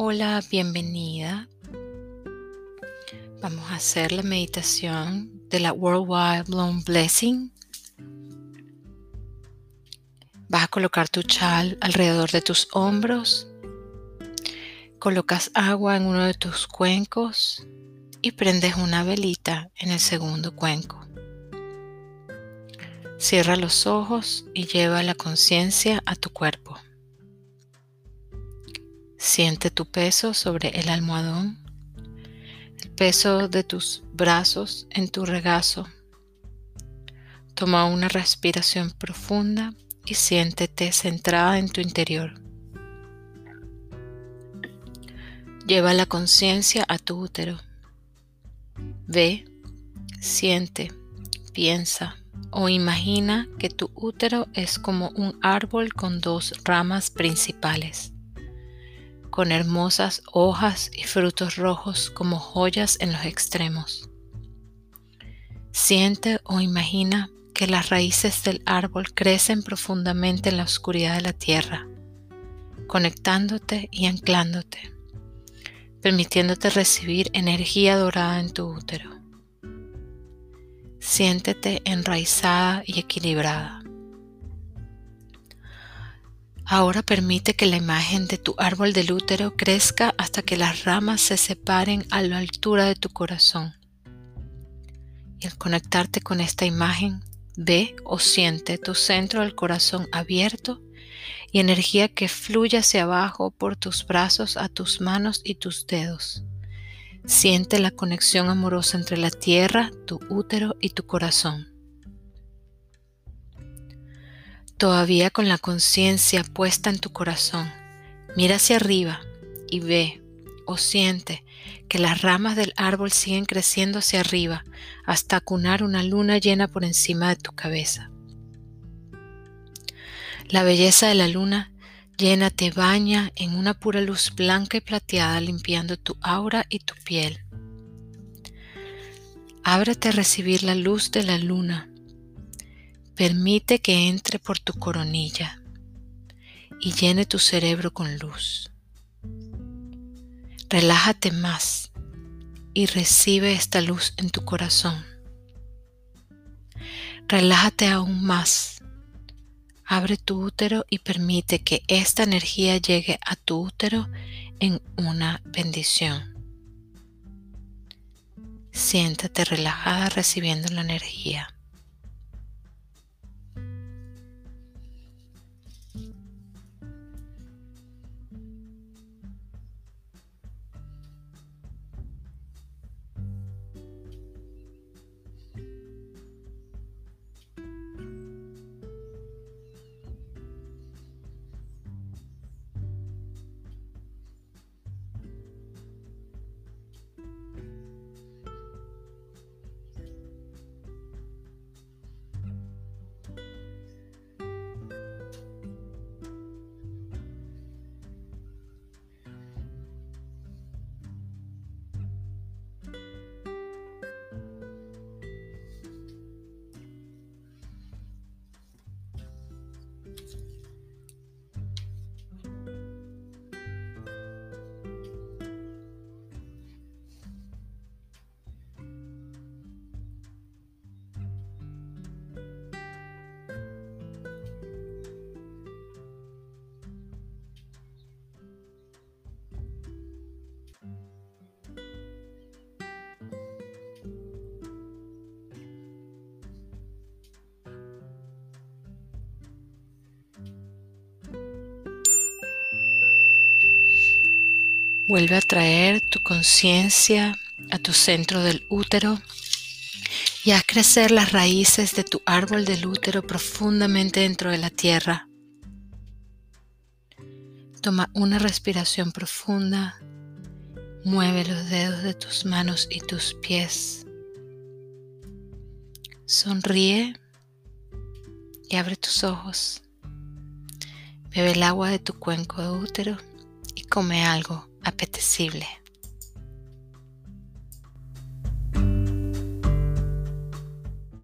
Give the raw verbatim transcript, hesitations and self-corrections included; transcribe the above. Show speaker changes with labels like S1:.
S1: Hola, bienvenida. Vamos a hacer la meditación de la Worldwide Bloom Blessing. Vas a colocar tu chal alrededor de tus hombros. Colocas agua en uno de tus cuencos y prendes una velita en el segundo cuenco. Cierra los ojos y lleva la conciencia a tu cuerpo. Siente tu peso sobre el almohadón, el peso de tus brazos en tu regazo. Toma una respiración profunda y siéntete centrada en tu interior. Lleva la conciencia a tu útero. Ve, siente, piensa o imagina que tu útero es como un árbol con dos ramas principales, con hermosas hojas y frutos rojos como joyas en los extremos. Siente o imagina que las raíces del árbol crecen profundamente en la oscuridad de la tierra, conectándote y anclándote, permitiéndote recibir energía dorada en tu útero. Siéntete enraizada y equilibrada. Ahora permite que la imagen de tu árbol del útero crezca hasta que las ramas se separen a la altura de tu corazón. Y al conectarte con esta imagen, ve o siente tu centro del corazón abierto y energía que fluye hacia abajo por tus brazos a tus manos y tus dedos. Siente la conexión amorosa entre la tierra, tu útero y tu corazón. Todavía con la conciencia puesta en tu corazón, mira hacia arriba y ve o siente que las ramas del árbol siguen creciendo hacia arriba hasta acunar una luna llena por encima de tu cabeza. La belleza de la luna llena te baña en una pura luz blanca y plateada, limpiando tu aura y tu piel. Ábrete a recibir la luz de la luna. Permite que entre por tu coronilla y llene tu cerebro con luz. Relájate más y recibe esta luz en tu corazón. Relájate aún más. Abre tu útero y permite que esta energía llegue a tu útero en una bendición. Siéntate relajada recibiendo la energía. Vuelve a traer tu conciencia a tu centro del útero y haz crecer las raíces de tu árbol del útero profundamente dentro de la tierra. Toma una respiración profunda, mueve los dedos de tus manos y tus pies. Sonríe y abre tus ojos. Bebe el agua de tu cuenco de útero y come algo apetecible.